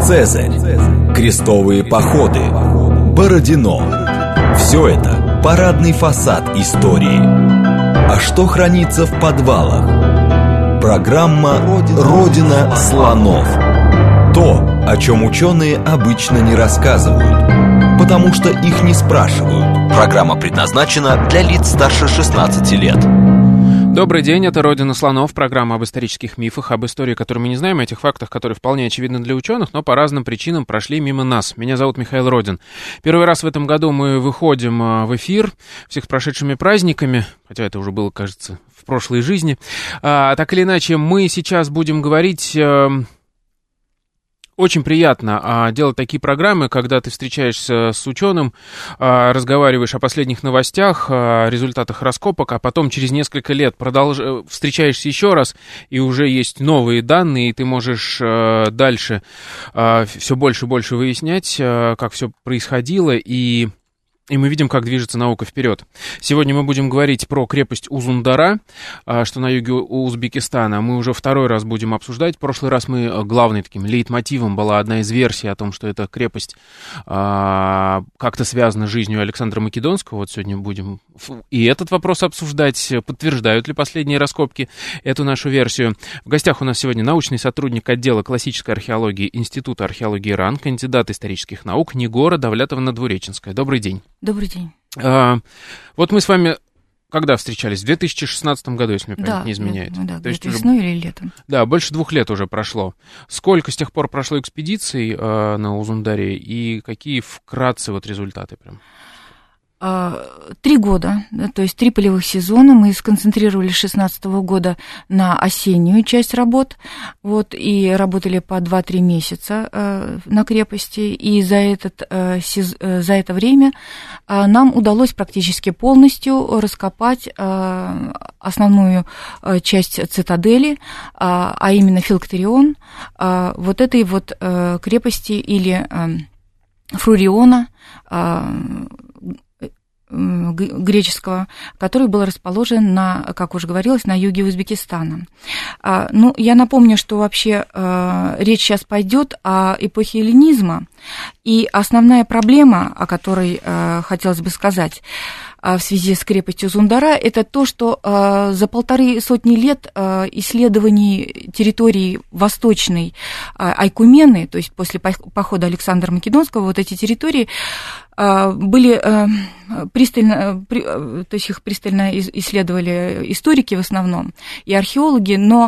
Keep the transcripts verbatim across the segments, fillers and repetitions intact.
Цезарь, крестовые походы, Бородино. Все это парадный фасад истории. А что хранится в подвалах? Программа «Родина слонов». То, о чем ученые обычно не рассказывают, потому что их не спрашивают. Программа предназначена для лиц старше шестнадцати лет. Добрый день, это «Родина слонов», программа об исторических мифах, об истории, которую мы не знаем, о тех фактах, которые вполне очевидны для ученых, но по разным причинам прошли мимо нас. Меня зовут Михаил Родин. Первый раз в этом году мы выходим в эфир, всех с прошедшими праздниками, хотя это уже было, кажется, в прошлой жизни. А, так или иначе, мы сейчас будем говорить... Очень приятно а, делать такие программы, когда ты встречаешься с ученым, а, разговариваешь о последних новостях, о результатах раскопок, а потом через несколько лет продолж... встречаешься еще раз, и уже есть новые данные, и ты можешь а, дальше а, все больше и больше выяснять, а, как все происходило, и... И мы видим, как движется наука вперед. Сегодня мы будем говорить про крепость Узундара, что на юге Узбекистана. Мы уже второй раз будем обсуждать. В прошлый раз мы главным таким лейтмотивом была одна из версий о том, что эта крепость а, как-то связана с жизнью Александра Македонского. Вот сегодня будем и этот вопрос обсуждать. Подтверждают ли последние раскопки эту нашу версию? В гостях у нас сегодня научный сотрудник отдела классической археологии Института археологии РАН, кандидат исторических наук Нигора Давлятовна-Двуреченская. Добрый день. Добрый день. А, вот мы с вами когда встречались? В две тысячи шестнадцатом году, если мне память да, не изменяет. Да, То есть весной уже... или летом. Да, больше двух лет уже прошло. Сколько с тех пор прошло экспедиций а, на Узундаре и какие вкратце вот результаты прям? Три года, да, то есть три полевых сезона. Мы сконцентрировали с две тысячи шестнадцатого года на осеннюю часть работ, вот, и работали по два-три месяца э, на крепости, и за, этот, э, сез, э, за это время э, нам удалось практически полностью раскопать э, основную э, часть цитадели, э, а именно Филактерион, э, вот этой вот э, крепости или э, Фруриона, э, греческого, который был расположен на, как уже говорилось, на юге Узбекистана. Ну, я напомню, что вообще речь сейчас пойдет о эпохе эллинизма, и основная проблема, о которой хотелось бы сказать в связи с крепостью Узундара, это то, что за полторы сотни лет исследований территории восточной Айкумены, то есть после похода Александра Македонского, вот эти территории были пристально, то есть их пристально исследовали историки в основном и археологи, но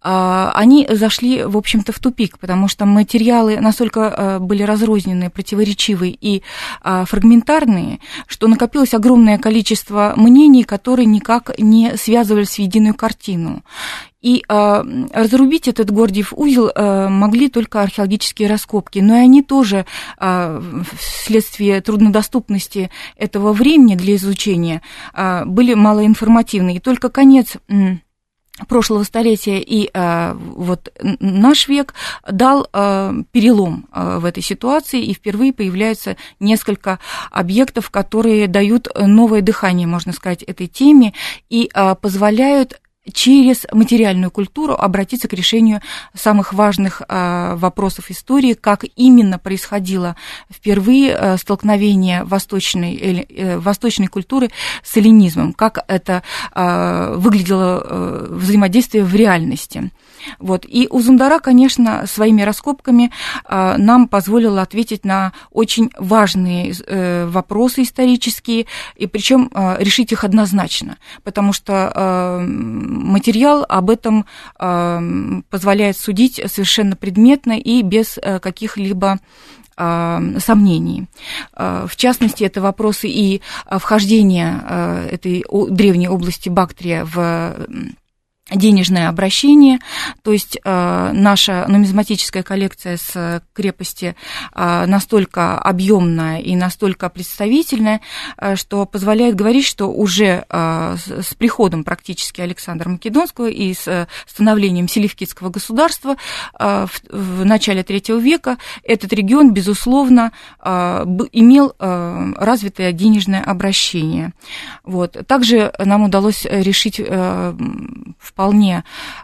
они зашли, в общем-то, в тупик, потому что материалы настолько были разрозненные, противоречивые и фрагментарные, что накопилось огромное количество мнений, которые никак не связывались в единую картину. И э, разрубить этот Гордиев узел э, могли только археологические раскопки, но и они тоже э, вследствие труднодоступности этого времени для изучения э, были малоинформативны. И только конец э, прошлого столетия и э, вот наш век дал э, перелом э, в этой ситуации, и впервые появляются несколько объектов, которые дают новое дыхание, можно сказать, этой теме и э, позволяют через материальную культуру обратиться к решению самых важных э, вопросов истории, как именно происходило впервые э, столкновение восточной, э, восточной культуры с эллинизмом, как это э, выглядело э, взаимодействие в реальности. Вот. И Узундара, конечно, своими раскопками э, нам позволила ответить на очень важные э, вопросы исторические, и причем э, решить их однозначно, потому что э, материал об этом э, позволяет судить совершенно предметно и без э, каких-либо э, сомнений. Э, в частности, это вопросы и вхождения э, этой древней области Бактрия в денежное обращение, то есть э, наша нумизматическая коллекция с крепости э, настолько объемная и настолько представительная, э, что позволяет говорить, что уже э, с, с приходом практически Александра Македонского и с э, становлением селевкидского государства э, в, в начале третьего века этот регион, безусловно, э, имел э, развитое денежное обращение. Вот. Также нам удалось решить э, в вполне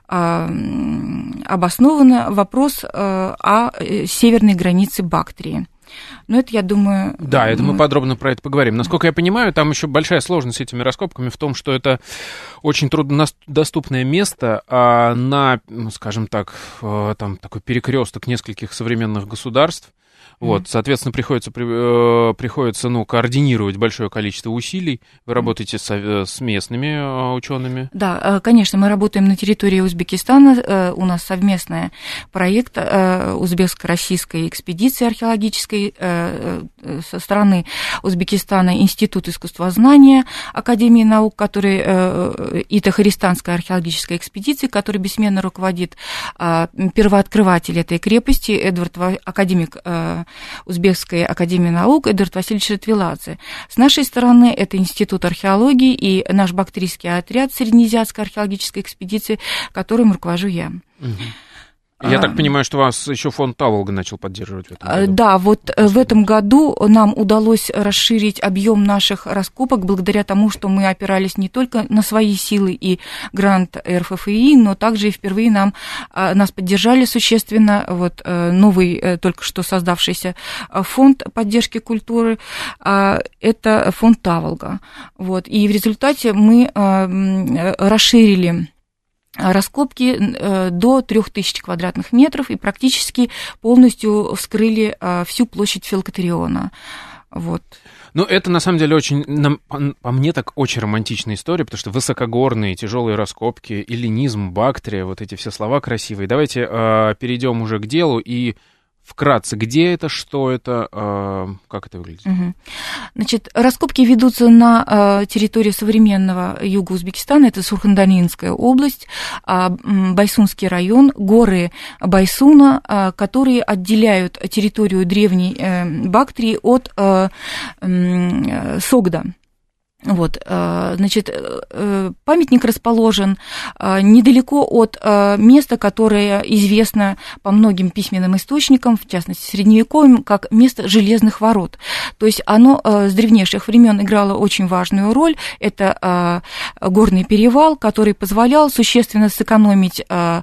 обоснованно вопрос о северной границе Бактрии. Но это, я думаю... Да, это мы подробно про это поговорим. Насколько я понимаю, там еще большая сложность с этими раскопками в том, что это очень труднодоступное место, а на, скажем так, там такой перекресток нескольких современных государств. Вот, mm-hmm. соответственно, приходится, э, приходится ну, координировать большое количество усилий. Вы работаете с, с местными э, учеными? Да, конечно, мы работаем на территории Узбекистана. Э, у нас совместный проект э, узбекско-российской экспедиции археологической э, э, со стороны Узбекистана, Институт искусствознания Академии наук, который, э, и Тахаристанская археологическая экспедиция, которой бессменно руководит э, первооткрыватель этой крепости, Эдвард, академик э, Узбекской академии наук Эдвард Васильевич Ратвеладзе. С нашей стороны это Институт археологии и наш бактрийский отряд Среднеазиатской археологической экспедиции, которым руковожу я. Угу. Я а, так понимаю, что вас еще фонд Таволга начал поддерживать в этом году. Да, вот в этом году нам удалось расширить объем наших раскопок благодаря тому, что мы опирались не только на свои силы и грант эр эф эф и, но также и впервые нам, нас поддержали существенно вот новый, только что создавшийся фонд поддержки культуры, это фонд Таволга. Вот, и в результате мы расширили раскопки до трёх тысяч квадратных метров и практически полностью вскрыли всю площадь Филкатериона. Вот. Ну, это, на самом деле, очень, по мне, так очень романтичная история, потому что высокогорные, тяжелые раскопки, эллинизм, Бактрия, вот эти все слова красивые. Давайте э, перейдем уже к делу и вкратце, где это, что это, э, как это выглядит? Угу. Значит, раскопки ведутся на э, территории современного юга Узбекистана, это Сурхандаринская область, э, Байсунский район, горы Байсуна, э, которые отделяют территорию древней э, Бактрии от э, э, Согда. Вот, значит, памятник расположен недалеко от места, которое известно по многим письменным источникам, в частности, средневековым, как место железных ворот. То есть оно с древнейших времен играло очень важную роль. Это горный перевал, который позволял существенно сэкономить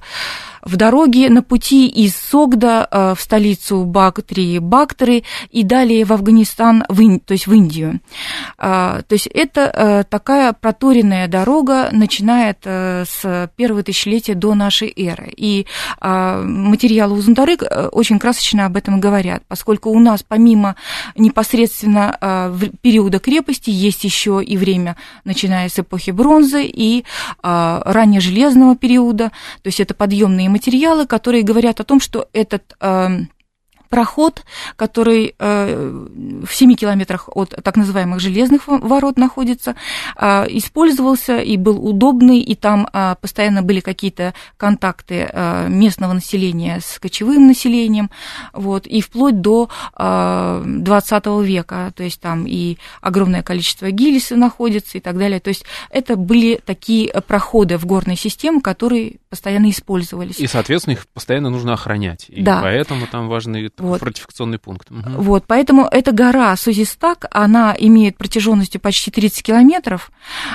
в дороге на пути из Согда в столицу Бактрии, Бактры, и далее в Афганистан, в Ин... то есть в Индию. То есть это такая проторенная дорога, начиная с первого тысячелетия до нашей эры. И материалы Узундарык очень красочно об этом говорят, поскольку у нас помимо непосредственно периода крепости есть еще и время, начиная с эпохи бронзы и раннежелезного периода, то есть это подъемные материалы, которые говорят о том, что этот э, проход, который э, в семи километрах от так называемых железных ворот находится, э, использовался и был удобный, и там э, постоянно были какие-то контакты э, местного населения с кочевым населением, вот, и вплоть до э, двадцатого века, то есть там и огромное количество гильз находится и так далее, то есть это были такие проходы в горной системе, которые постоянно использовались. И, соответственно, их постоянно нужно охранять. И да. Поэтому там важный вот. фортификационный пункт. Угу. Вот, поэтому эта гора Сузистак, она имеет протяженностью почти тридцать километров,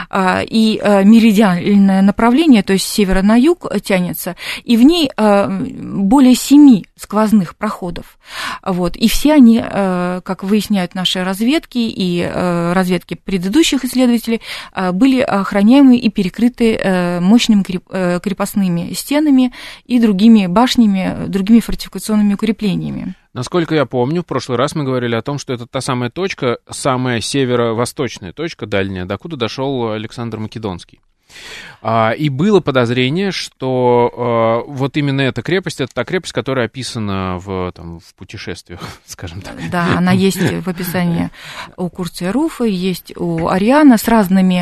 и меридианное направление, то есть с севера на юг тянется, и в ней более семи сквозных проходов. Вот, и все они, как выясняют наши разведки и разведки предыдущих исследователей, были охраняемы и перекрыты мощными крепостными стенами и другими башнями, другими фортификационными укреплениями. Насколько я помню, в прошлый раз мы говорили о том, что это та самая точка, самая северо-восточная точка, дальняя, докуда дошел Александр Македонский. И было подозрение, что вот именно эта крепость, это та крепость, которая описана в, там, в путешествиях, скажем так. Да, она есть в описании у Курция Руфа, есть у Ариана с разными,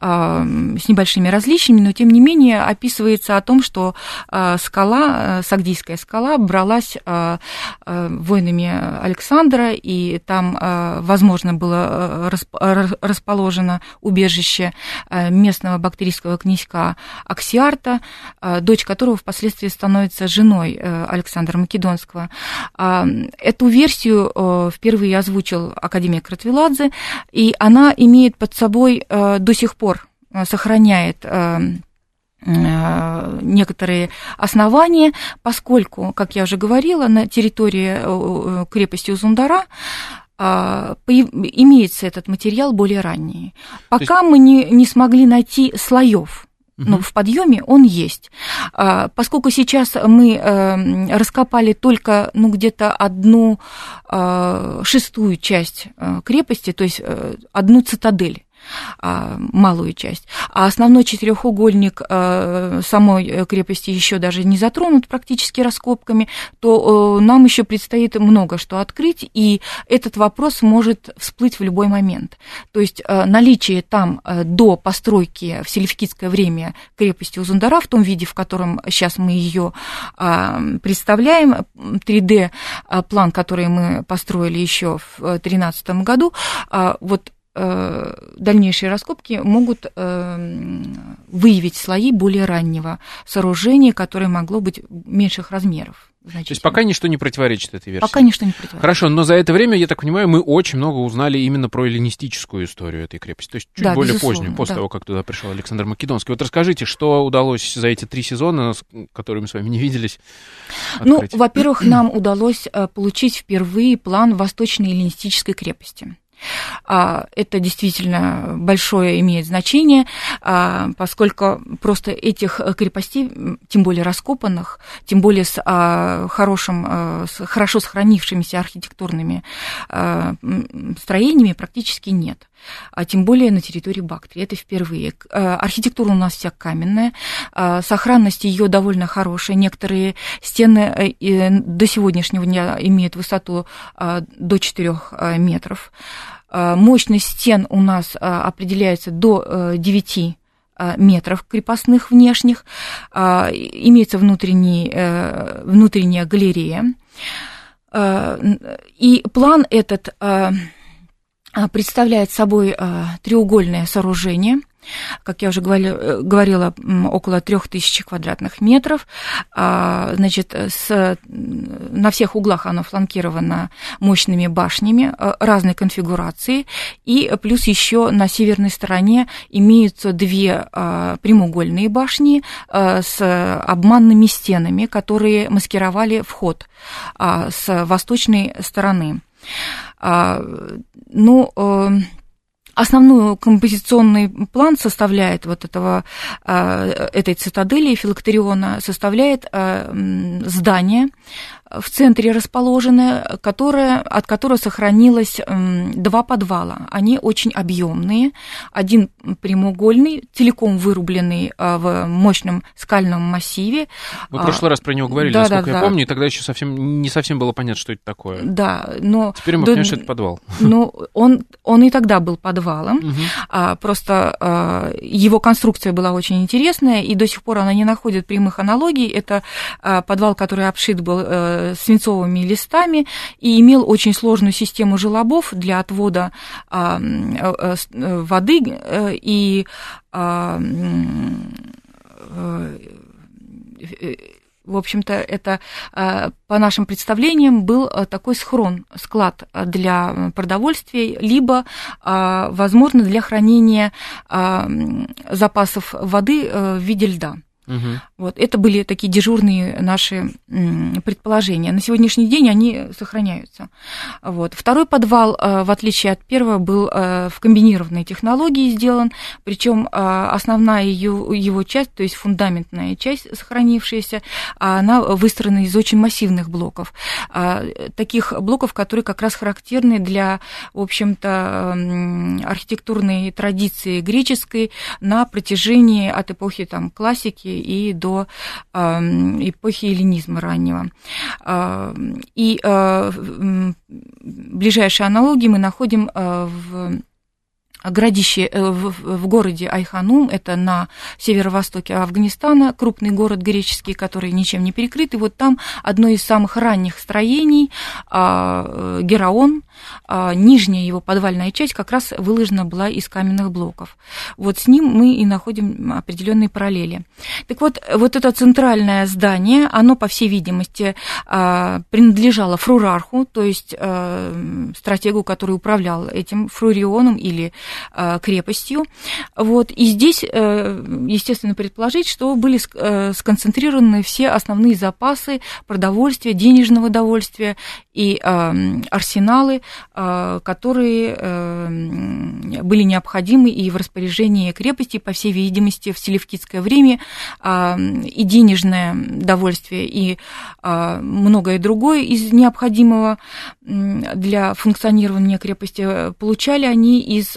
с небольшими различиями, но тем не менее описывается о том, что скала, Сагдийская скала, бралась воинами Александра, и там, возможно, было расположено убежище местного бактрийского князька Аксиарта, дочь которого впоследствии становится женой Александра Македонского. Эту версию впервые озвучил академик Ратвеладзе, и она имеет под собой до сих пор, сохраняет некоторые основания, поскольку, как я уже говорила, на территории крепости Узундара имеется этот материал более ранний. Пока есть... мы не, не смогли найти слоев, но в подъеме он есть. Поскольку сейчас мы раскопали только ну, где-то одну шестую часть крепости, то есть одну цитадель, малую часть, а основной четырехугольник самой крепости еще даже не затронут практически раскопками, то нам еще предстоит много что открыть, и этот вопрос может всплыть в любой момент. То есть наличие там до постройки в селевкидское время крепости Узундара в том виде, в котором сейчас мы ее представляем, три дэ план, который мы построили еще в две тысячи тринадцатом году, вот дальнейшие раскопки могут выявить слои более раннего сооружения, которое могло быть меньших размеров. То есть пока ничто не противоречит этой версии? Пока ничто не противоречит. Хорошо, но за это время, я так понимаю, мы очень много узнали именно про эллинистическую историю этой крепости, то есть чуть да, более позднюю, после да. того, как туда пришел Александр Македонский. Вот расскажите, что удалось за эти три сезона, которые мы с вами не виделись, открыть? Ну, во-первых, нам удалось получить впервые план Восточной эллинистической крепости. Это действительно большое имеет значение, поскольку просто этих крепостей, тем более раскопанных, тем более с, хорошим, с хорошо сохранившимися архитектурными строениями практически нет. А тем более на территории Бактрии. Это впервые. Архитектура у нас вся каменная, сохранность ее довольно хорошая. Некоторые стены до сегодняшнего дня имеют высоту до четырёх метров. Мощность стен у нас определяется до девяти метров крепостных внешних. Имеется внутренний, внутренняя галерея. И план этот представляет собой треугольное сооружение, как я уже говорила, около трех тысяч квадратных метров. Значит, с, на всех углах оно фланкировано мощными башнями разной конфигурации, и плюс еще на северной стороне имеются две прямоугольные башни с обманными стенами, которые маскировали вход с восточной стороны. Ну, основной композиционный план составляет вот этого, этой цитадели филактериона, составляет здание, в центре расположенное, которое, от которого сохранилось два подвала. Они очень объемные. Один прямоугольный, целиком вырубленный в мощном скальном массиве. Вы в прошлый раз про него говорили, да, насколько да, я да. помню, и тогда еще совсем, не совсем было понятно, что это такое. Да, но... Теперь мы понимаем, что это подвал. Ну, он, он и тогда был подвалом. Угу. Просто его конструкция была очень интересная, и до сих пор она не находит прямых аналогий. Это подвал, который обшит был свинцовыми листами и имел очень сложную систему желобов для отвода а, а, воды и а, а, в общем-то, это, по нашим представлениям, был такой схрон, склад для продовольствия, либо, возможно, для хранения запасов воды в виде льда. Угу. Вот, это были такие дежурные наши предположения. На сегодняшний день они сохраняются. Вот. Второй подвал, в отличие от первого, был в комбинированной технологии сделан, причем основная ее, его часть, то есть фундаментная часть, сохранившаяся, она выстроена из очень массивных блоков. Таких блоков, которые как раз характерны для, в общем-то, архитектурной традиции греческой на протяжении от эпохи там, классики и до э, эпохи эллинизма раннего. Э, и э, ближайшие аналогии мы находим э, в городище, в, в городе Айханум, это на северо-востоке Афганистана, крупный город греческий, который ничем не перекрыт, и вот там одно из самых ранних строений, э, Гераон, э, нижняя его подвальная часть как раз выложена была из каменных блоков. Вот с ним мы и находим определенные параллели. Так вот, вот это центральное здание, оно, по всей видимости, э, принадлежало фрурарху, то есть э, стратегу, который управлял этим фрурионом или крепостью. Вот. И здесь, естественно, предположить, что были сконцентрированы все основные запасы продовольствия, денежного довольствия и арсеналы, которые были необходимы и в распоряжении крепости, по всей видимости, в селевкидское время, и денежное довольствие, и многое другое из необходимого для функционирования крепости получали они из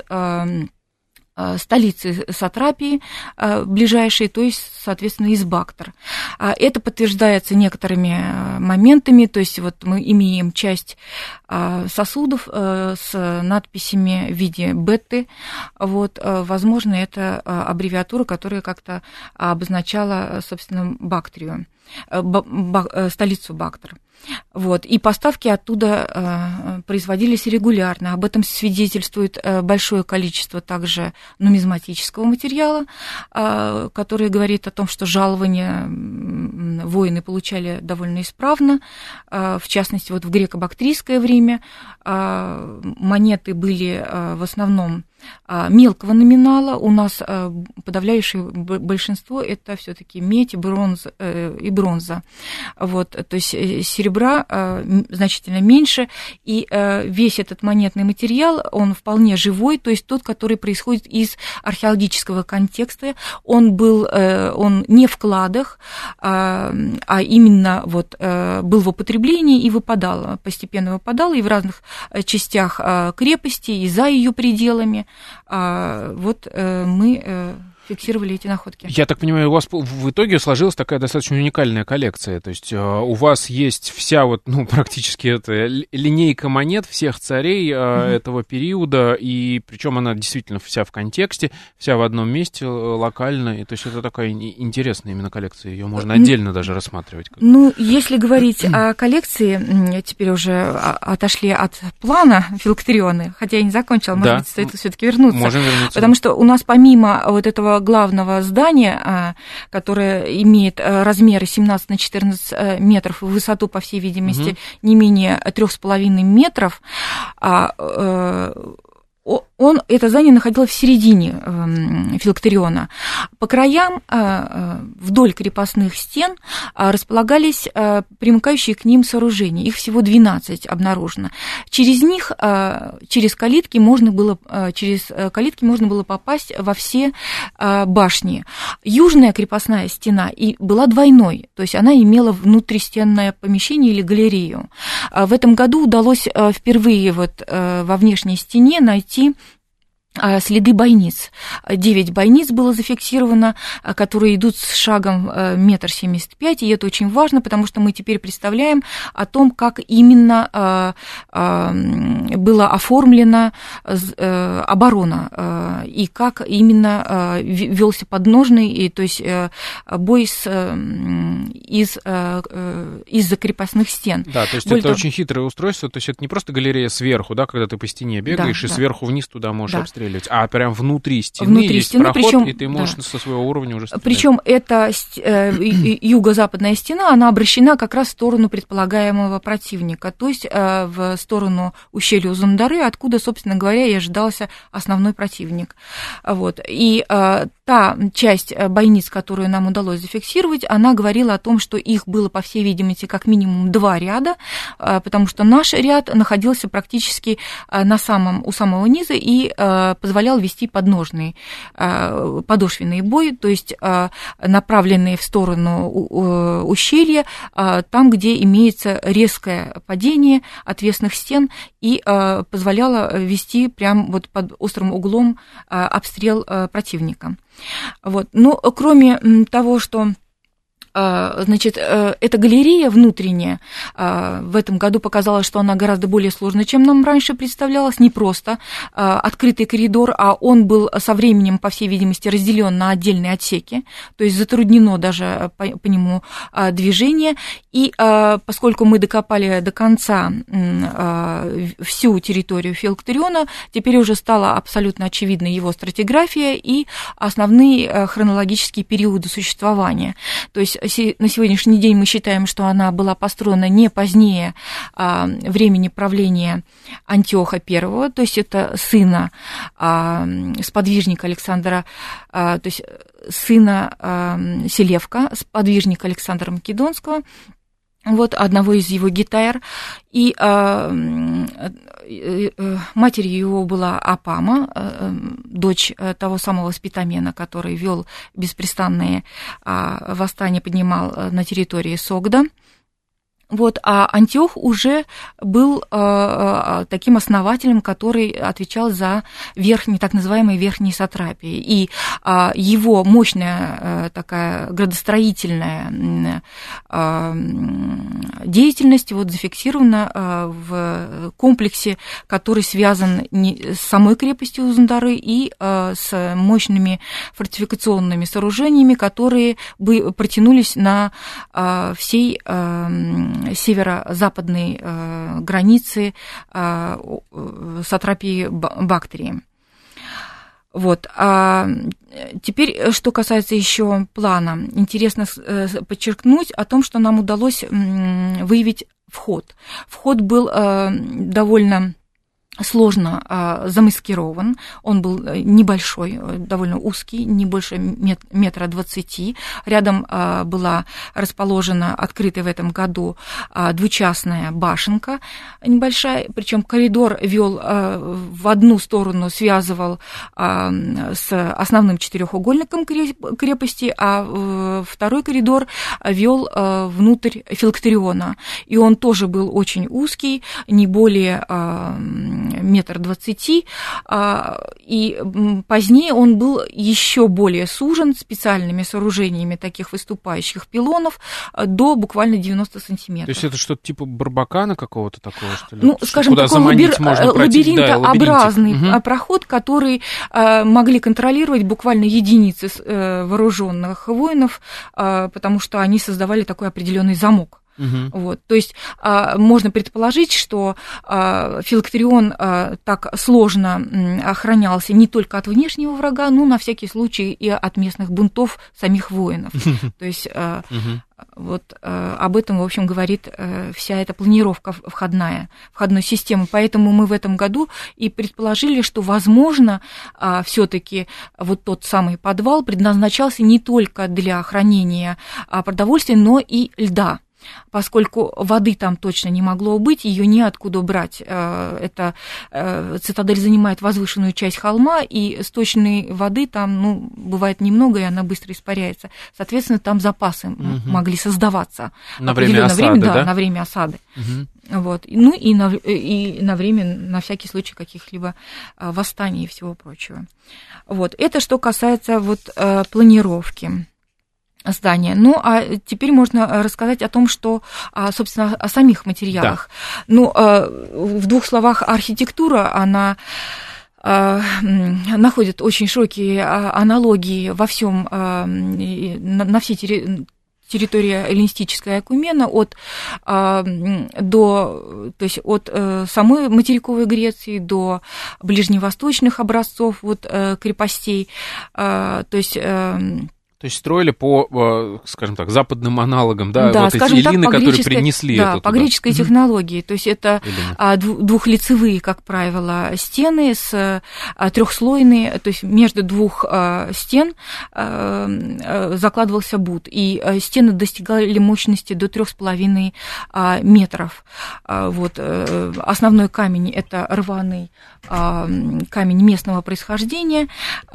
столицы Сатрапии ближайшей, то есть, соответственно, из Бактр. Это подтверждается некоторыми моментами, то есть вот мы имеем часть сосудов с надписями в виде бетты, вот, возможно, это аббревиатура, которая как-то обозначала, собственно, Бактрию, столицу Бактр. Вот. И поставки оттуда э, производились регулярно. Об этом свидетельствует э, большое количество также нумизматического материала, э, который говорит о том, что жалования э, воины получали довольно исправно. Э, в частности, вот в греко-бактрийское время э, монеты были э, в основном мелкого номинала. У нас подавляющее большинство это все-таки медь, бронза и бронза. Вот, то есть серебра значительно меньше, и весь этот монетный материал, он вполне живой, то есть тот, который происходит из археологического контекста. Он был, он не в кладах, а именно вот был в употреблении и выпадал, постепенно выпадал, и в разных частях крепости, и за ее пределами. Вот мы фиксировали эти находки. Я так понимаю, у вас в итоге сложилась такая достаточно уникальная коллекция, то есть у вас есть вся вот, ну, практически это линейка монет всех царей mm-hmm. этого периода, и причем она действительно вся в контексте, вся в одном месте локально, и то есть это такая интересная именно коллекция, ее можно отдельно mm-hmm. даже рассматривать. Ну, если говорить о коллекции, теперь уже отошли от плана филактерионы, хотя я не закончила, может да. быть, стоит все-таки вернуться. Можем вернуться. Потому что у нас помимо вот этого главного здания, которое имеет размеры семнадцать на четырнадцать метров, высоту, по всей видимости, угу. не менее трех с половиной метров, он, это здание находилось в середине э, филактериона. По краям, э, вдоль крепостных стен, э, располагались э, примыкающие к ним сооружения. Их всего двенадцать обнаружено. Через них, э, через калитки можно было, э, через калитки можно было попасть во все э, башни. Южная крепостная стена и была двойной, то есть она имела внутристенное помещение или галерею. В этом году удалось э, впервые вот, э, во внешней стене найти следы бойниц. Девять бойниц было зафиксировано, которые идут с шагом метр семьдесят пять, и это очень важно, потому что мы теперь представляем о том, как именно была оформлена оборона и как именно велся подножный, и, то есть бой с, из, из-за крепостных стен. Да, то есть Более это того... очень хитрое устройство, то есть это не просто галерея сверху, да, когда ты по стене бегаешь, да, и да. сверху вниз туда можешь да. обстрелять. А прям внутри стены внутри есть стены, проход, причем, и ты можешь да. со своего уровня уже стрелять. Причем эта юго-западная стена, она обращена как раз в сторону предполагаемого противника, то есть в сторону ущелья Узундары, откуда, собственно говоря, и ожидался основной противник. Вот. И та часть бойниц, которую нам удалось зафиксировать, она говорила о том, что их было, по всей видимости, как минимум два ряда, потому что наш ряд находился практически на самом, у самого низа и позволял вести подножный подошвенный бой, то есть направленные в сторону ущелья, там, где имеется резкое падение отвесных стен, и позволяло вести прям вот под острым углом обстрел противника. Вот. Но кроме того, что значит, эта галерея внутренняя в этом году показала, что она гораздо более сложная, чем нам раньше представлялось. Не просто открытый коридор, а он был со временем, по всей видимости, разделен на отдельные отсеки, то есть затруднено даже по, по нему движение. И поскольку мы докопали до конца всю территорию филактериона, теперь уже стала абсолютно очевидна его стратиграфия и основные хронологические периоды существования. То есть на сегодняшний день мы считаем, что она была построена не позднее а, времени правления Антиоха I, то есть это сына, а, сподвижника Александра, а, то есть сына а, Селевка, сподвижника Александра Македонского, вот, одного из его гетаер, и э, э, матерью его была Апама, э, дочь того самого Спитамена, который вел беспрестанные э, восстания, поднимал на территории Согда. Вот, а Антиох уже был э, таким основателем, который отвечал за верхние, так называемые верхние сатрапии. И э, его мощная э, такая градостроительная э, деятельность вот, зафиксирована э, в комплексе, который связан не с самой крепостью Узундары и э, с мощными фортификационными сооружениями, которые бы протянулись на э, всей э, северо-западной э, границы э, сатрапии Бактрии. Вот. А теперь, что касается еще плана, интересно подчеркнуть о том, что нам удалось выявить вход. Вход был э, довольно сложно а, замаскирован, он был небольшой, довольно узкий, не больше метра двадцати. Рядом а, была расположена открытая в этом году а, двучастная башенка небольшая, причем коридор вел а, в одну сторону, связывал а, с основным четырехугольником крепости, а второй коридор вел а, внутрь филактериона, и он тоже был очень узкий, не более а, метр двадцати, и позднее он был еще более сужен специальными сооружениями таких выступающих пилонов до буквально девяноста сантиметров. То есть это что-то типа барбакана какого-то такого, что ли? Ну, скажем, куда такой лабир... лабиринтообразный да, проход, который могли контролировать буквально единицы вооруженных воинов, потому что они создавали такой определенный замок. Uh-huh. Вот, то есть а, можно предположить, что а, филактерион а, так сложно м, охранялся не только от внешнего врага, но на всякий случай и от местных бунтов самих воинов. Uh-huh. То есть а, uh-huh. вот а, об этом, в общем, говорит а, вся эта планировка входная, входной системы. Поэтому мы в этом году и предположили, что, возможно, а, все-таки вот тот самый подвал предназначался не только для хранения а, продовольствия, но и льда. Поскольку воды там точно не могло быть, ее неоткуда брать. Эта цитадель занимает возвышенную часть холма, и сточной воды там, ну, бывает немного, и она быстро испаряется. Соответственно, там запасы угу. могли создаваться. На время осады, время, да? Да, на время осады. Угу. Вот. Ну, и на, и на время, на всякий случай, каких-либо восстаний и всего прочего. Вот. Это что касается вот планировки здания. Ну, а теперь можно рассказать о том, что, собственно, о самих материалах. Да. Ну, в двух словах, архитектура, она находит очень широкие аналогии во всем, на всей территории, территория эллинистическая Акумена, от, а, до, то есть от а, самой материковой Греции до ближневосточных образцов вот, а, крепостей, а, то есть... А, То есть строили по, скажем так, западным аналогам, да, да, вот эти эллины, которые принесли да, это по туда. греческой технологии. То есть это эллины. Двухлицевые, как правило, стены с трехслойные, то есть между двух стен закладывался бут, и стены достигали мощности до трех с половиной метров. Вот. Основной камень – это рваный камень местного происхождения,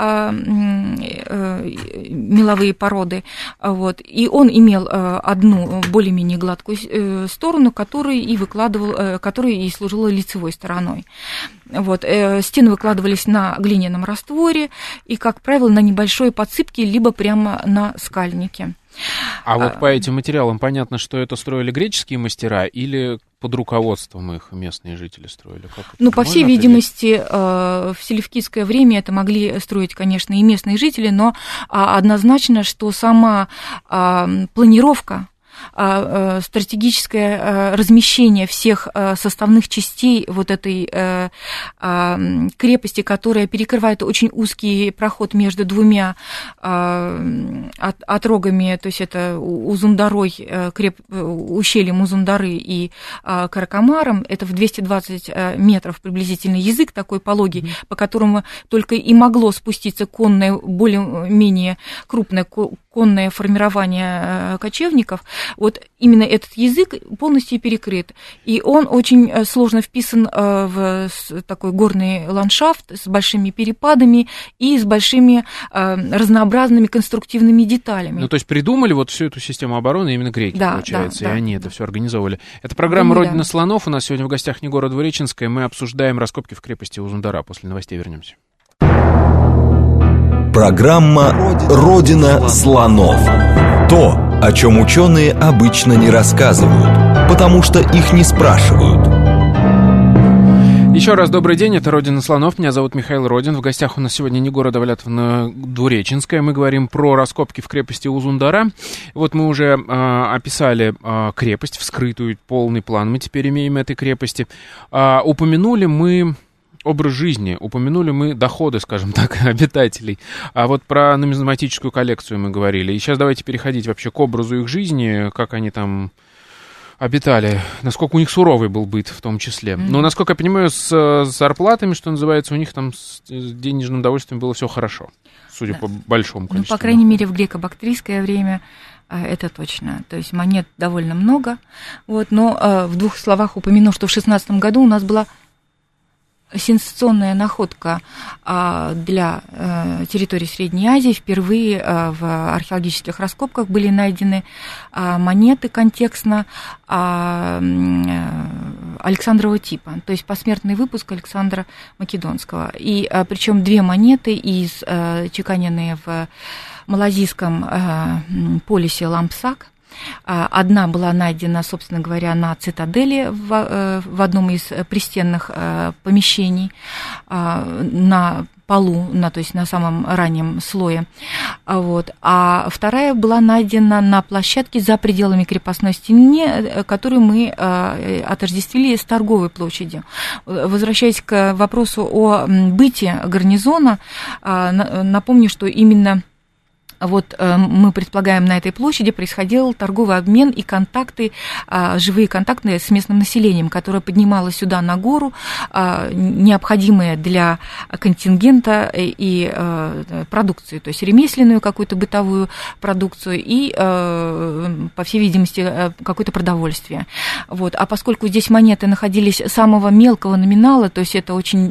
меловые породы, вот, и он имел одну более-менее гладкую сторону, которую и выкладывал, которая и служила лицевой стороной. Вот, стены выкладывались на глиняном растворе и, как правило, на небольшой подсыпке, либо прямо на скальнике. А вот по этим материалам понятно, что это строили греческие мастера или под руководством их местные жители строили? Как ну, по всей определить? видимости, в селевкидское время это могли строить, конечно, и местные жители, но однозначно, что сама планировка стратегическое размещение всех составных частей вот этой крепости, которая перекрывает очень узкий проход между двумя отрогами, то есть это Узундарой, креп... ущельем Узундары и Каракамаром, это в двести двадцать метров приблизительно язык такой пологий, mm-hmm. по которому только и могло спуститься конное, более-менее крупное конное формирование кочевников. Вот именно этот язык полностью перекрыт, и он очень сложно вписан в такой горный ландшафт с большими перепадами и с большими разнообразными конструктивными деталями. Ну, то есть придумали вот всю эту систему обороны именно греки, да, получается, да, и да, они да. это все организовывали. Это программа «Родина да. слонов». У нас сегодня в гостях Нигора Двуреченская. Мы обсуждаем раскопки в крепости Узундара. После новостей вернемся. Программа «Родина слонов». То, о чем ученые обычно не рассказывают, потому что их не спрашивают. Еще раз добрый день, это «Родина слонов», меня зовут Михаил Родин. В гостях у нас сегодня Нигора Давлетовна Двуреченская. Мы говорим про раскопки в крепости Узундара. Вот мы уже э, описали э, крепость, вскрытую, полный план мы теперь имеем этой крепости. Э, упомянули мы образ жизни, упомянули мы доходы, скажем так, обитателей. А вот про нумизматическую коллекцию мы говорили. И сейчас давайте переходить вообще к образу их жизни, как они там обитали, насколько у них суровый был быт в том числе. Mm-hmm. Но, насколько я понимаю, с зарплатами, что называется, у них там с денежным довольствием было все хорошо, судя да. по большому количеству. Ну, по крайней мере, в греко-бактрийское время это точно. То есть монет довольно много. Вот, но в двух словах упомяну, что в шестнадцатом году у нас была сенсационная находка для территории Средней Азии. Впервые в археологических раскопках были найдены монеты контекстно Александрова типа, то есть посмертный выпуск Александра Македонского. И причем две монеты, из, чеканенные в малазийском полисе Лампсак. Одна была найдена, собственно говоря, на цитадели в, в одном из пристенных помещений на полу, на, то есть на самом раннем слое. Вот. А вторая была найдена на площадке за пределами крепостной стены, которую мы отождествили с торговой площадью. Возвращаясь к вопросу о быте гарнизона, напомню, что именно вот мы предполагаем, на этой площади происходил торговый обмен и контакты, живые контакты с местным населением, которое поднималось сюда на гору, необходимые для контингента и продукцию, то есть ремесленную какую-то бытовую продукцию и, по всей видимости, какое-то продовольствие. Вот. А поскольку здесь монеты находились самого мелкого номинала, то есть это очень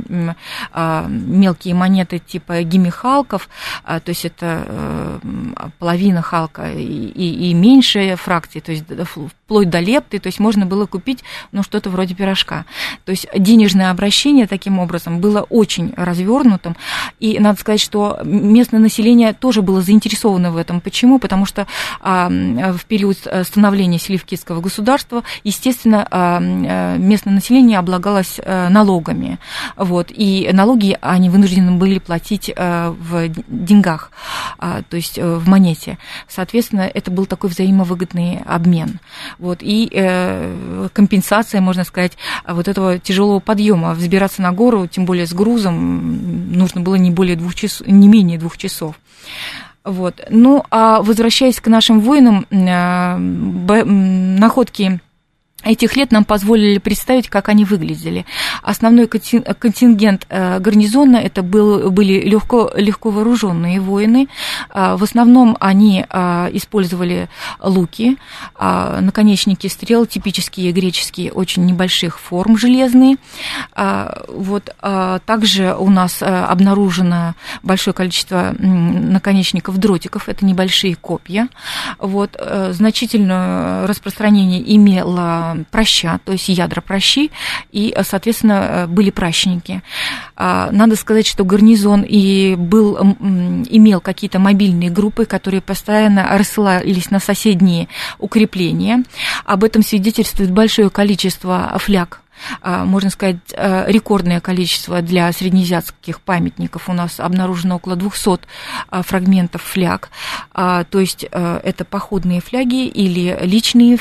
мелкие монеты типа гемихалков, то есть это половина халка и, и, и меньшие фракции, то есть вплоть до лепты, то есть можно было купить, ну, что-то вроде пирожка. То есть денежное обращение таким образом было очень развернутым, и надо сказать, что местное население тоже было заинтересовано в этом. Почему? Потому что а, в период становления селевкидского государства, естественно, а, местное население облагалось а, налогами, вот, и налоги они вынуждены были платить а, в деньгах, а, то есть в монете. Соответственно, это был такой взаимовыгодный обмен. Вот. И э, компенсация, можно сказать, вот этого тяжелого подъема. Взбираться на гору, тем более с грузом, нужно было не более двух часов, не менее двух часов. Вот. Ну, а возвращаясь к нашим воинам, э, находки этих лет нам позволили представить, как они выглядели. Основной контингент гарнизона это был, были легко, легко вооруженные воины. В основном они использовали луки, наконечники стрел, типические греческие, очень небольших форм, железные. Вот. Также у нас обнаружено большое количество наконечников дротиков, это небольшие копья. Вот. Значительное распространение имело праща, то есть ядра пращи, и, соответственно, были пращники. Надо сказать, что гарнизон и был, имел какие-то мобильные группы, которые постоянно рассылались на соседние укрепления. Об этом свидетельствует большое количество фляг можно сказать, рекордное количество для среднеазиатских памятников. У нас обнаружено около двухсот фрагментов фляг, то есть это походные фляги или личные,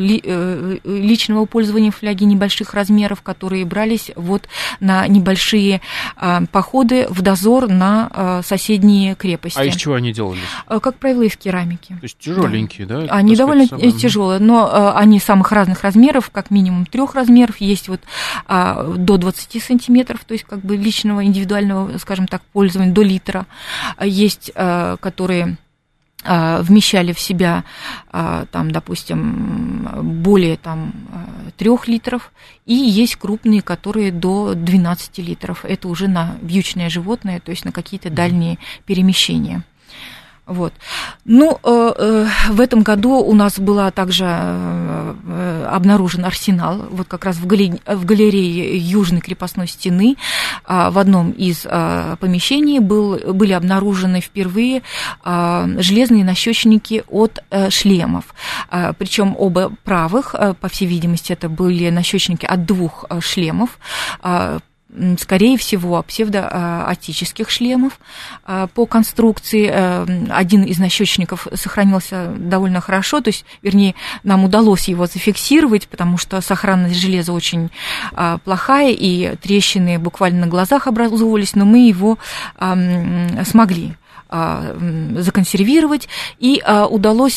личного пользования фляги небольших размеров, которые брались вот на небольшие походы в дозор на соседние крепости. А из чего они делались? Как правило, из керамики. То есть тяжеленькие, да? да? Они довольно самое... тяжелые, но они самых разных размеров, как минимум трех размеров. Есть вот до двадцати сантиметров, то есть как бы личного, индивидуального, скажем так, пользования, до литра. Есть, которые вмещали в себя, там, допустим, более там, трех литров, и есть крупные, которые до двенадцати литров. Это уже на вьючное животное, то есть на какие-то дальние перемещения. Вот. Ну, э, э, в этом году у нас был также э, обнаружен арсенал, вот как раз в, галерее, в галерее Южной крепостной стены, э, в одном из э, помещений был, были обнаружены впервые э, железные нащечники от э, шлемов, э, причем оба правых, э, по всей видимости, это были нащечники от двух э, шлемов, э, скорее всего, псевдоотических шлемов. По конструкции один из нащечников сохранился довольно хорошо, то есть, вернее, нам удалось его зафиксировать, потому что сохранность железа очень плохая, и трещины буквально на глазах образовывались, но мы его смогли законсервировать, и удалось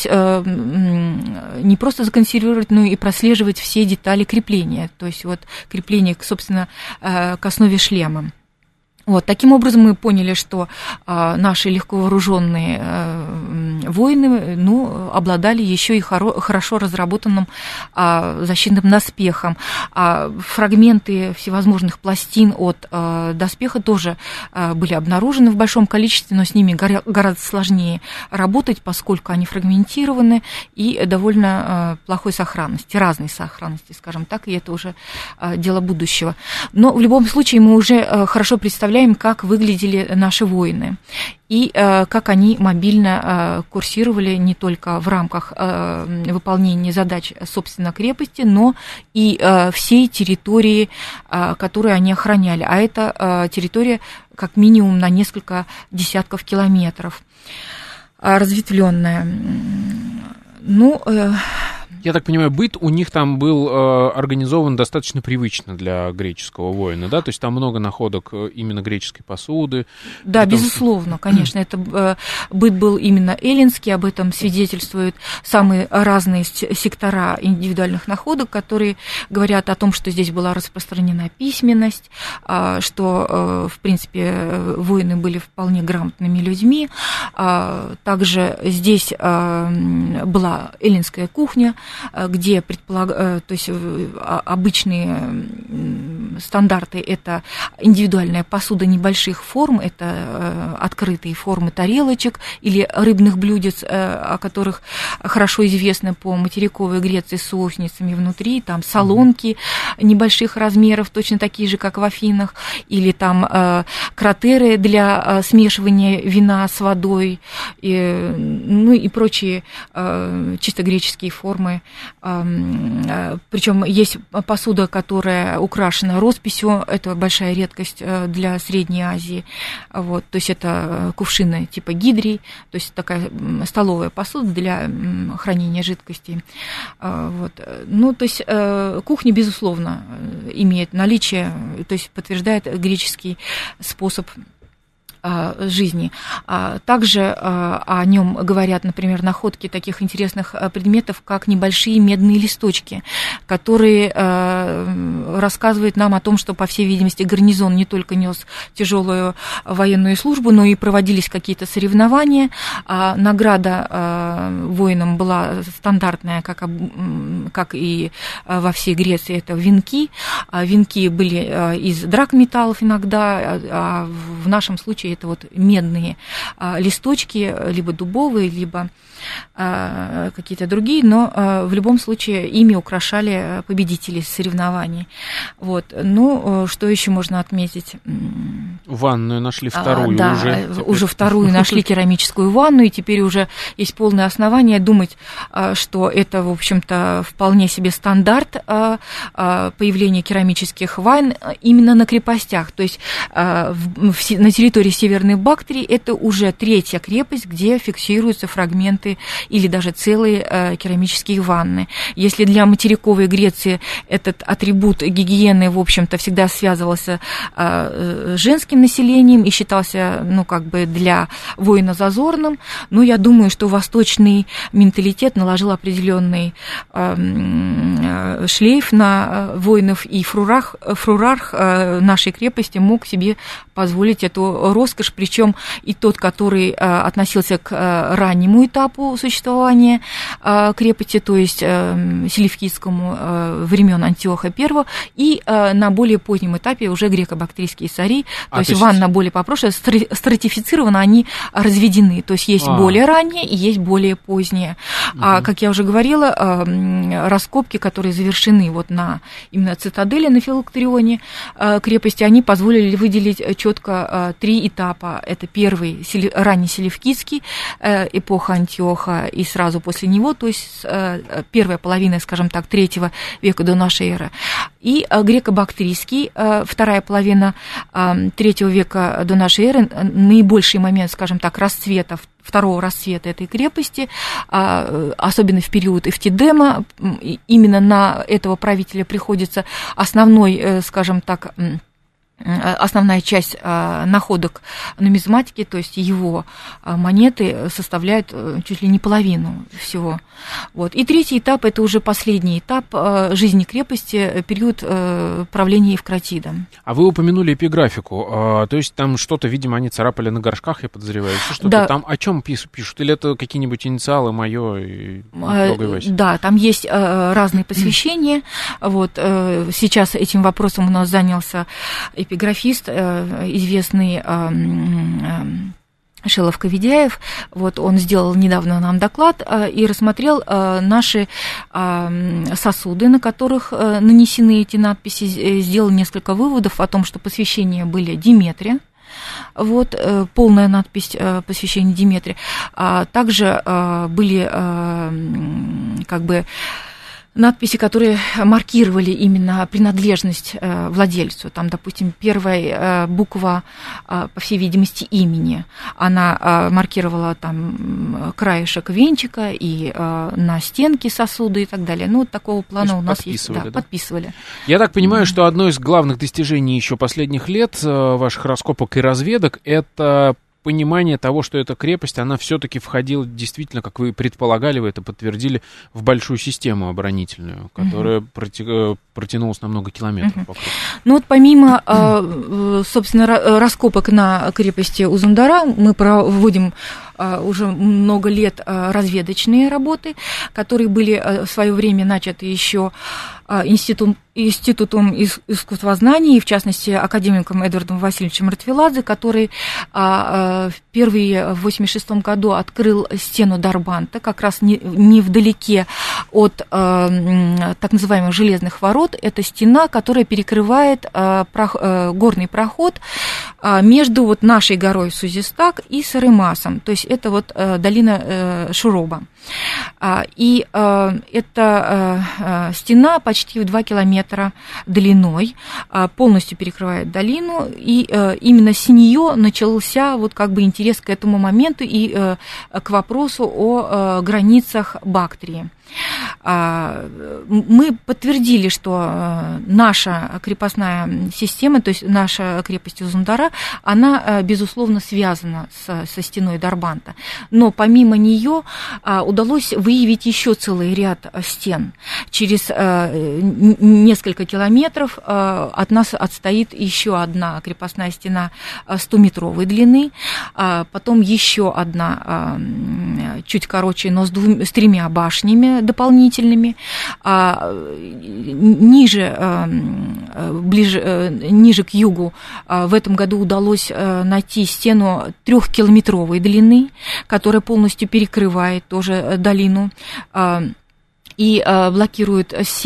не просто законсервировать, но и прослеживать все детали крепления, то есть вот крепление, собственно, к основе шлема. Вот, таким образом мы поняли, что а, наши легковооруженные а, воины, ну, обладали еще и хоро- хорошо разработанным а, защитным доспехом. А фрагменты всевозможных пластин от а, доспеха тоже а, были обнаружены в большом количестве, но с ними гора- гораздо сложнее работать, поскольку они фрагментированы и довольно а, плохой сохранности, разной сохранности, скажем так, и это уже а, дело будущего. Но в любом случае мы уже а, хорошо представляем, как выглядели наши воины и э, как они мобильно э, курсировали не только в рамках э, выполнения задач, собственно, крепости, но и э, всей территории, э, которую они охраняли. А это э, территория как минимум на несколько десятков километров, э, разветвленная. Ну, э, я так понимаю, быт у них там был э, организован достаточно привычно для греческого воина, да? То есть там много находок именно греческой посуды. Да, Потом... безусловно, конечно. Это э, быт был именно эллинский, об этом свидетельствуют самые разные сектора индивидуальных находок, которые говорят о том, что здесь была распространена письменность, э, что, э, в принципе, воины были вполне грамотными людьми. Э, также здесь э, была эллинская кухня, где предполаг... то есть обычные стандарты – это индивидуальная посуда небольших форм, это открытые формы тарелочек или рыбных блюдец, о которых хорошо известно по материковой Греции с соусницами внутри, там солонки небольших размеров, точно такие же, как в Афинах, или там кратеры для смешивания вина с водой, и, ну и прочие чисто греческие формы. Причем есть посуда, которая украшена росписью, это большая редкость для Средней Азии. Вот, то есть это кувшины типа гидрий, то есть такая столовая посуда для хранения жидкостей. Вот. Ну, то есть кухня, безусловно, имеет наличие, то есть подтверждает греческий способ жизни. Также о нем говорят, например, находки таких интересных предметов, как небольшие медные листочки, которые рассказывают нам о том, что, по всей видимости, гарнизон не только нес тяжелую военную службу, но и проводились какие-то соревнования. Награда воинам была стандартная, как, как и во всей Греции, это венки. Венки были из драгметаллов иногда, а в нашем случае это вот медные а, листочки, либо дубовые, либо а, какие-то другие, но а, в любом случае ими украшали победители соревнований. Вот. Ну, что еще можно отметить? Ванную нашли вторую а, да, уже. уже вторую нашли керамическую ванну, и теперь уже есть полное основание думать, что это, в общем-то, вполне себе стандарт появления керамических ванн именно на крепостях. То есть на территории Северной Бактрии это уже третья крепость, где фиксируются фрагменты или даже целые керамические ванны. Если для материковой Греции этот атрибут гигиены, в общем-то, всегда связывался с женским населением и считался, ну, как бы для воина зазорным, но я думаю, что восточный менталитет наложил определенный э, шлейф на воинов, и фрурах, фрурарх нашей крепости мог себе позволить эту роскошь, причем и тот, который относился к раннему этапу существования крепости, то есть селевкидскому времен Антиоха I, и на более позднем этапе уже греко-бактрийские цари, а, то есть то есть ванна более попроще, стратифицированы, они разведены, то есть есть а. более ранние и есть более поздние. Угу. А, как я уже говорила, раскопки, которые завершены вот на именно цитадели на Филактрионе крепости, они позволили выделить четко три этапа. Это первый ранний селевкидский, эпоха Антиоха, и сразу после него, то есть первая половина, скажем так, третьего века до нашей эры, и греко-бактрийский, вторая половина третьего века до нашей эры, наибольший момент, скажем так, расцвета, второго расцвета этой крепости, особенно в период Эфтидема. Именно на этого правителя приходится основной, скажем так, основная часть находок нумизматики, то есть его монеты составляют чуть ли не половину всего. Вот. И третий этап – это уже последний этап жизни крепости, период правления Евкратида. А вы упомянули эпиграфику, то есть там что-то, видимо, они царапали на горшках, я подозреваю, что-то да. Там о чем пишут? Или это какие-нибудь инициалы, мое и трогай Вася? Да, там есть разные посвящения. Вот. Сейчас этим вопросом у нас занялся эпиграфист, известный Шелов Ковидяев. Вот он сделал недавно нам доклад и рассмотрел наши сосуды, на которых нанесены эти надписи, сделал несколько выводов о том, что посвящения были Диметре. Вот, полная надпись посвящения Диметре. Также были как бы надписи, которые маркировали именно принадлежность э, владельцу. Там, допустим, первая э, буква, э, по всей видимости, имени. Она э, маркировала там краешек венчика и э, на стенке сосуда и так далее. Ну, вот такого плана у нас есть. Да, да, подписывали. Я так понимаю, mm-hmm. что одно из главных достижений еще последних лет э, ваших раскопок и разведок — это понимание того, что эта крепость, она все-таки входила действительно, как вы предполагали, вы это подтвердили, в большую систему оборонительную, которая угу. проти... протянулась на много километров угу. вокруг. Ну вот помимо, собственно, раскопок на крепости Узундара, мы проводим уже много лет разведочные работы, которые были в свое время начаты еще институт, Институтом искусствознаний, и в частности академиком Эдвардом Васильевичем Ратвеладзе, который впервые в восемьдесят шестом году открыл стену Дарбанта, как раз невдалеке от так называемых железных ворот. Это стена, которая перекрывает горный проход между вот нашей горой Сузистак и Сарымасом, то есть это вот долина Шуроба. И эта стена почти в два километра длиной, полностью перекрывает долину, и именно с нее начался вот как бы интерес к этому моменту и к вопросу о границах Бактрии. Мы подтвердили, что наша крепостная система, то есть наша крепость Узундара, она, безусловно, связана со, со стеной Дарбанта. Но помимо нее удалось выявить еще целый ряд стен. Через несколько километров от нас отстоит еще одна крепостная стена стометровой длины, потом еще одна чуть короче, но с, двум, с тремя башнями дополнительными, а, ниже, а, ближе, а, ниже к югу а, в этом году удалось а, найти стену трехкилометровой длины, которая полностью перекрывает тоже долину а, и а, блокирует с севера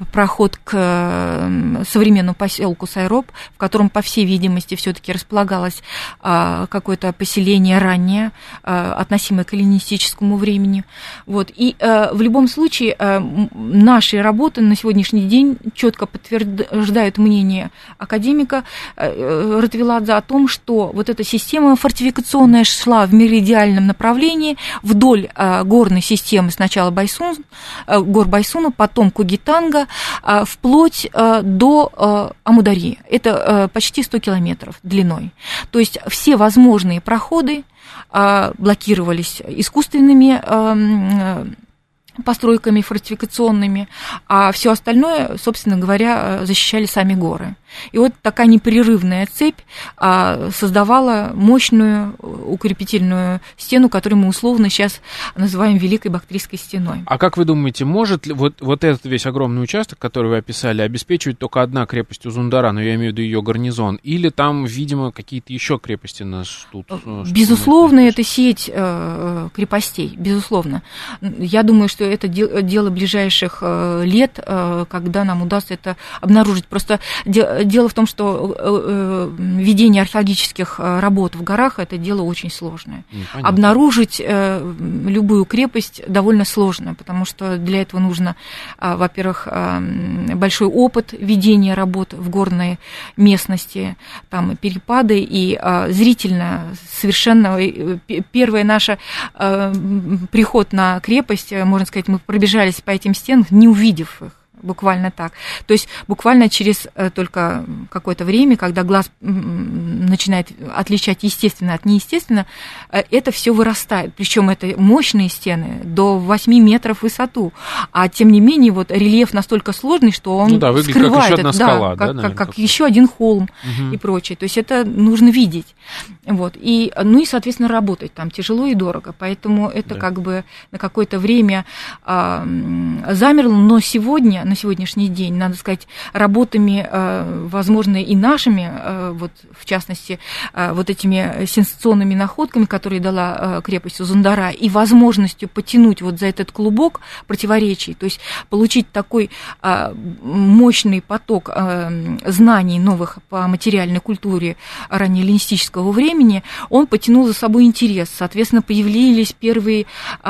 проход к современному поселку Сайроп, в котором, по всей видимости, все-таки располагалось какое-то поселение раннее, относимое к эллинистическому времени. Вот. И в любом случае наши работы на сегодняшний день четко подтверждают мнение академика Ратвиладзе о том, что вот эта система фортификационная шла в меридиальном направлении вдоль горной системы, сначала Байсун, гор Байсуна, потом Кугитанга, вплоть до Амударьи. Это почти сто километров длиной. То есть все возможные проходы блокировались искусственными постройками фортификационными, а все остальное, собственно говоря, защищали сами горы. И вот такая непрерывная цепь создавала мощную укрепительную стену, которую мы условно сейчас называем Великой Бактрийской стеной. А как вы думаете, может ли вот, вот этот весь огромный участок, который вы описали, обеспечивать только одна крепость Узундара, но я имею в виду ее гарнизон, или там, видимо, какие-то еще крепости нас ждут? Безусловно, это сеть крепостей, безусловно. Я думаю, что это дело ближайших лет, когда нам удастся это обнаружить. Просто дело в том, что ведение археологических работ в горах – это дело очень сложное. Непонятно. Обнаружить любую крепость довольно сложно, потому что для этого нужно, во-первых, большой опыт ведения работ в горной местности, там перепады, и зрительно совершенно первый наш приход на крепость, можно сказать, мы пробежались по этим стенам, не увидев их. Буквально так. То есть буквально через только какое-то время, когда глаз начинает отличать естественно от неестественно, это все вырастает. Причем это мощные стены до восьми метров в высоту. А тем не менее, вот рельеф настолько сложный, что он ну да, скрывает как еще одна это, скала, да, да, как, как, как еще один холм угу. и прочее. То есть это нужно видеть. Вот. И, ну и, соответственно, работать там тяжело и дорого. Поэтому это да. как бы на какое-то время а, замерло. Но сегодня, на сегодняшний день, надо сказать, работами, а, возможно, и нашими, а, вот, в частности, а, вот этими сенсационными находками, которые дала а, крепость Узундара, и возможностью потянуть вот за этот клубок противоречий, то есть получить такой а, мощный поток а, знаний новых по материальной культуре раннеэллинистического времени, он потянул за собой интерес. Соответственно, появились первые,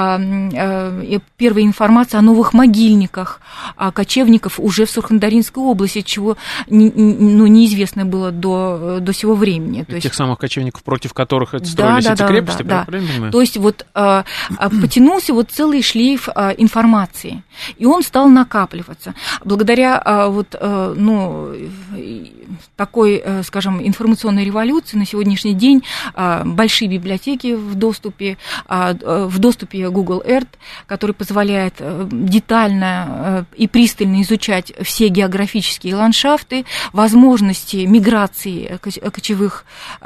первые информации о новых могильниках, о кочевников уже в Сурхандаринской области, чего ну, неизвестно было до, до сего времени. То есть, тех самых кочевников, против которых это строились да, эти да, крепости, да, да. То есть вот потянулся вот целый шлейф информации, и он стал накапливаться. Благодаря вот, ну, такой, скажем, информационной революции на сегодняшний день большие библиотеки в доступе, в доступе Google Earth, который позволяет детально и пристально изучать все географические ландшафты, возможности миграции кочевых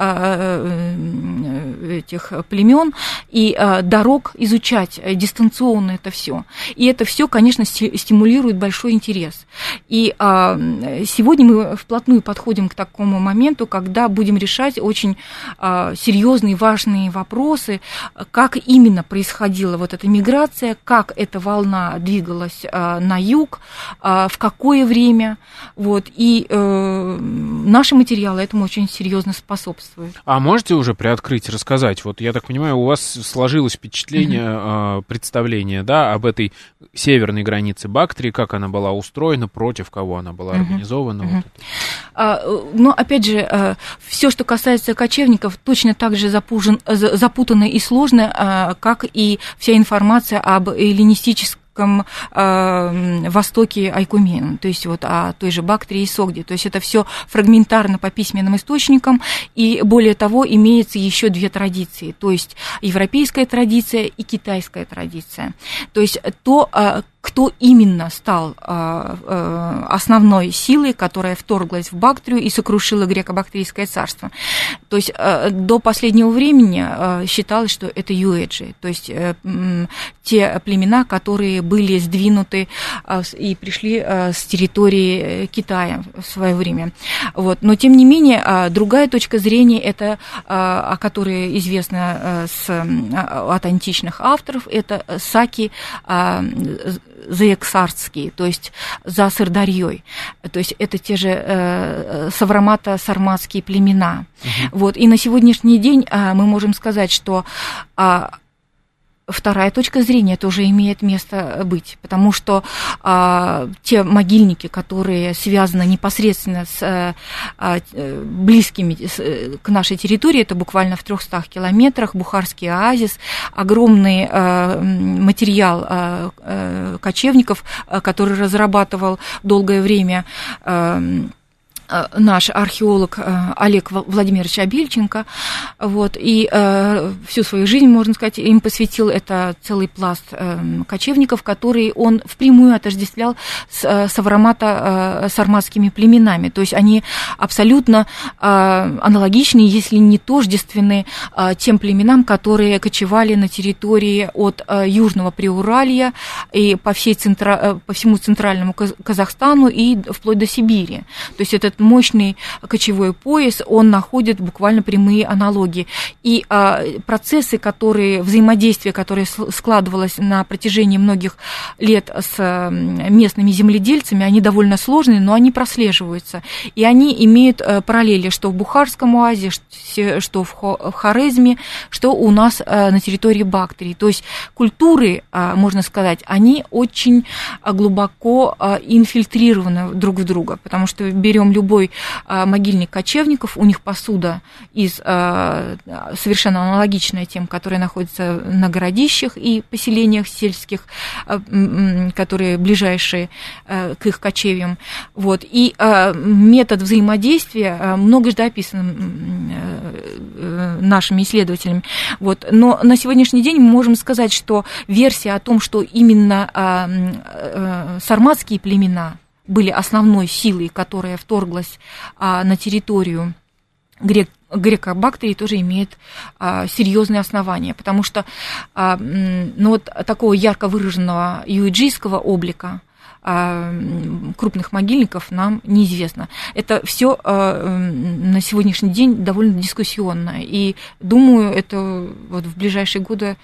этих племен и дорог изучать дистанционно это все. И это все, конечно, стимулирует большой интерес. И сегодня мы вплотную подходим к такому моменту, когда будем решать очень серьезные, важные вопросы, как именно происходила вот эта миграция, как эта волна двигалась на юг, в какое время. Вот. И э, наши материалы этому очень серьезно способствуют. А можете уже приоткрыть, рассказать? Вот я так понимаю, у вас сложилось впечатление, mm-hmm. э, представление, да, об этой северной границе Бактрии, как она была устроена, против кого она была mm-hmm. организована. Mm-hmm. Вот а, но, опять же, все, что касается кочевников, точно так же запужен, запутано и сложно, как и вся информация об эллинистическом э, востоке Айкумену, то есть вот о той же Бактрии и Согде. То есть это все фрагментарно по письменным источникам, и более того, имеется еще две традиции, то есть европейская традиция и китайская традиция. То есть то, кто именно стал основной силой, которая вторглась в Бактрию и сокрушила греко-бактрийское царство. То есть до последнего времени считалось, что это юэджи, то есть те племена, которые были сдвинуты и пришли с территории Китая в свое время. Вот. Но, тем не менее, другая точка зрения, это, о которой известно с, от античных авторов, это саки заексартские, то есть за Сырдарьей. То есть это те же э, савромато-сарматские племена. Угу. Вот. И на сегодняшний день э, мы можем сказать, что э, вторая точка зрения тоже имеет место быть, потому что а, те могильники, которые связаны непосредственно с а, близкими с, к нашей территории, это буквально в трехстах километрах, Бухарский оазис, огромный а, материал а, а, кочевников, а, который разрабатывал долгое время а, наш археолог Олег Владимирович Абельченко, вот, и э, всю свою жизнь, можно сказать, им посвятил. Это целый пласт э, кочевников, которые он впрямую отождествлял с э, савромато-сарматскими племенами. То есть они абсолютно э, аналогичны, если не тождественны э, тем племенам, которые кочевали на территории от э, Южного Приуралья и по, всей центра, по всему центральному Казахстану и вплоть до Сибири. То есть это мощный кочевой пояс, он находит буквально прямые аналогии. И а, процессы, которые, взаимодействие, которое складывалось на протяжении многих лет с местными земледельцами, они довольно сложные, но они прослеживаются. И они имеют а, параллели, что в Бухарском оазе, что в, Хо, в Хорезме, что у нас а, на территории Бактрии. То есть культуры, а, можно сказать, они очень глубоко а, инфильтрированы друг в друга, потому что берем любой любой а, могильник кочевников, у них посуда из, а, совершенно аналогичная тем, которые находятся на городищах и поселениях сельских, а, которые ближайшие а, к их кочевьям. Вот. И а, метод взаимодействия а, многожды описан а, нашими исследователями. Вот. Но на сегодняшний день мы можем сказать, что версия о том, что именно а, а, сарматские племена были основной силой, которая вторглась а, на территорию грек, греко-бактрии, тоже имеет а, серьезные основания, потому что а, ну, вот такого ярко выраженного юэджийского облика а, крупных могильников нам неизвестно. Это все а, на сегодняшний день довольно дискуссионно, и думаю, это вот в ближайшие годы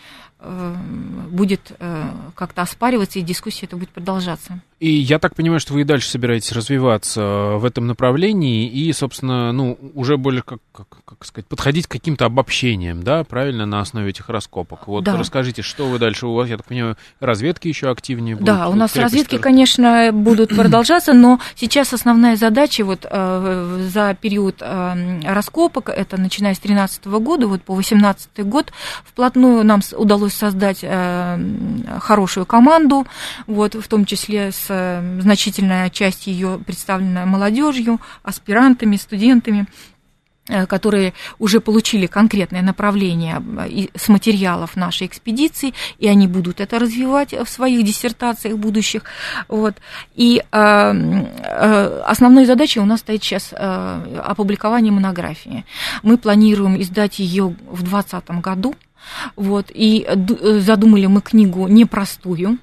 будет как-то оспариваться, и дискуссия это будет продолжаться. И я так понимаю, что вы и дальше собираетесь развиваться в этом направлении и, собственно, ну, уже более, как, как, как сказать, подходить к каким-то обобщениям, да, правильно, на основе этих раскопок. Вот да. Расскажите, что вы дальше, у вас, я так понимаю, разведки еще активнее будут? Да, у нас разведки, конечно, будут продолжаться, но сейчас основная задача вот за период раскопок, это начиная с две тысячи тринадцатого года, вот по две тысячи восемнадцатый год, вплотную нам удалось создать хорошую команду, вот, в том числе с значительная часть ее представлена молодежью, аспирантами, студентами, которые уже получили конкретное направление с материалов нашей экспедиции, и они будут это развивать в своих диссертациях будущих. Вот. И э, основной задачей у нас стоит сейчас э, опубликование монографии. Мы планируем издать ее в двадцатом году. Вот, и задумали мы книгу непростую,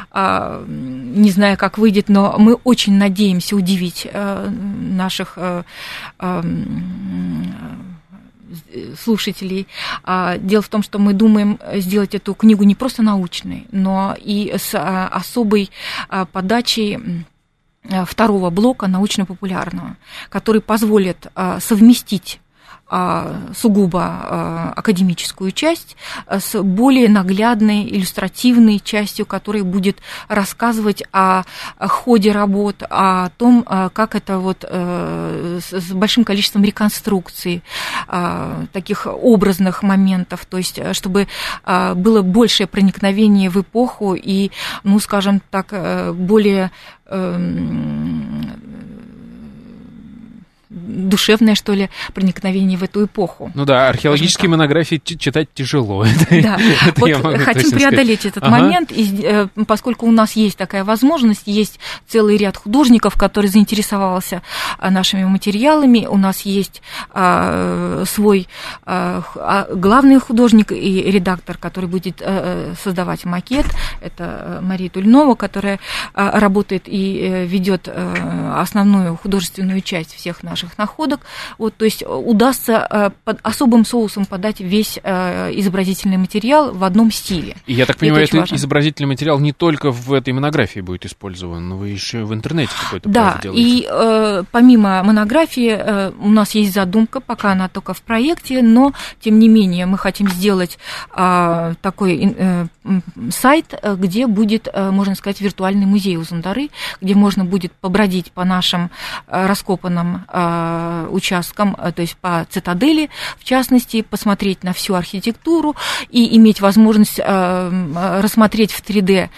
не знаю, как выйдет, но мы очень надеемся удивить наших слушателей. Дело в том, что мы думаем сделать эту книгу не просто научной, но и с особой подачей второго блока научно-популярного, который позволит совместить сугубо академическую часть с более наглядной, иллюстративной частью, которая будет рассказывать о ходе работ, о том, как это вот с большим количеством реконструкций, таких образных моментов, то есть чтобы было большее проникновение в эпоху и, ну, скажем так, более душевное, что ли, проникновение в эту эпоху. Ну да, археологические монографии читать тяжело. Да, вот хотим преодолеть этот момент, и поскольку у нас есть такая возможность, есть целый ряд художников, которые заинтересовался нашими материалами, у нас есть свой главный художник и редактор, который будет создавать макет, это Мария Тульнова, которая работает и ведет основную художественную часть всех наших находок. Вот, то есть удастся под особым соусом подать весь изобразительный материал в одном стиле. И я так понимаю, это этот изобразительный материал не только в этой монографии будет использован, но вы еще в интернете какой-то да, делаете. И э, помимо монографии э, у нас есть задумка, пока она только в проекте, но тем не менее мы хотим сделать э, такой э, сайт, где будет, э, можно сказать, виртуальный музей Узундары, где можно будет побродить по нашим э, раскопанным э, участкам, э, то есть по цитадели, в частности, посмотреть на всю архитектуру и иметь возможность э, рассмотреть в три дэ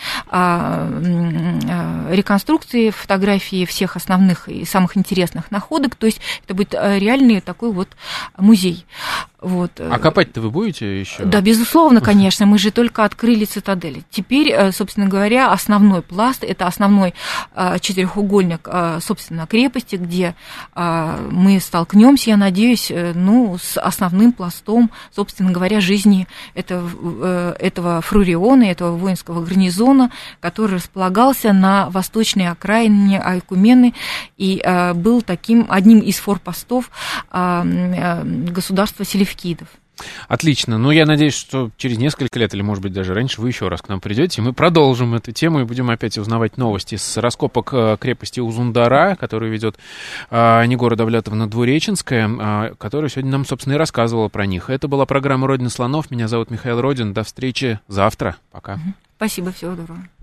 э, реконструкции, фотографии всех основных и самых интересных находок, то есть это будет реальный такой вот музей. Вот. А копать-то вы будете еще? Да, безусловно, конечно, мы же только открыли цитадель. Теперь, собственно говоря, основной пласт, это основной четырехугольник, собственно, крепости, где мы столкнемся, я надеюсь, ну, с основным пластом, собственно говоря, жизни этого, этого фруриона, этого воинского гарнизона, который располагался на восточной окраине Айкумены и был таким одним из форпостов государства Селевкидов. Отлично. Ну, я надеюсь, что через несколько лет, или, может быть, даже раньше, вы еще раз к нам придете, и мы продолжим эту тему и будем опять узнавать новости с раскопок крепости Узундара, которую ведет Нигора Давлетовна Двуреченская, которая сегодня нам, собственно, и рассказывала про них. Это была программа «Родина слонов». Меня зовут Михаил Родин. До встречи завтра. Пока. Спасибо. Всего доброго.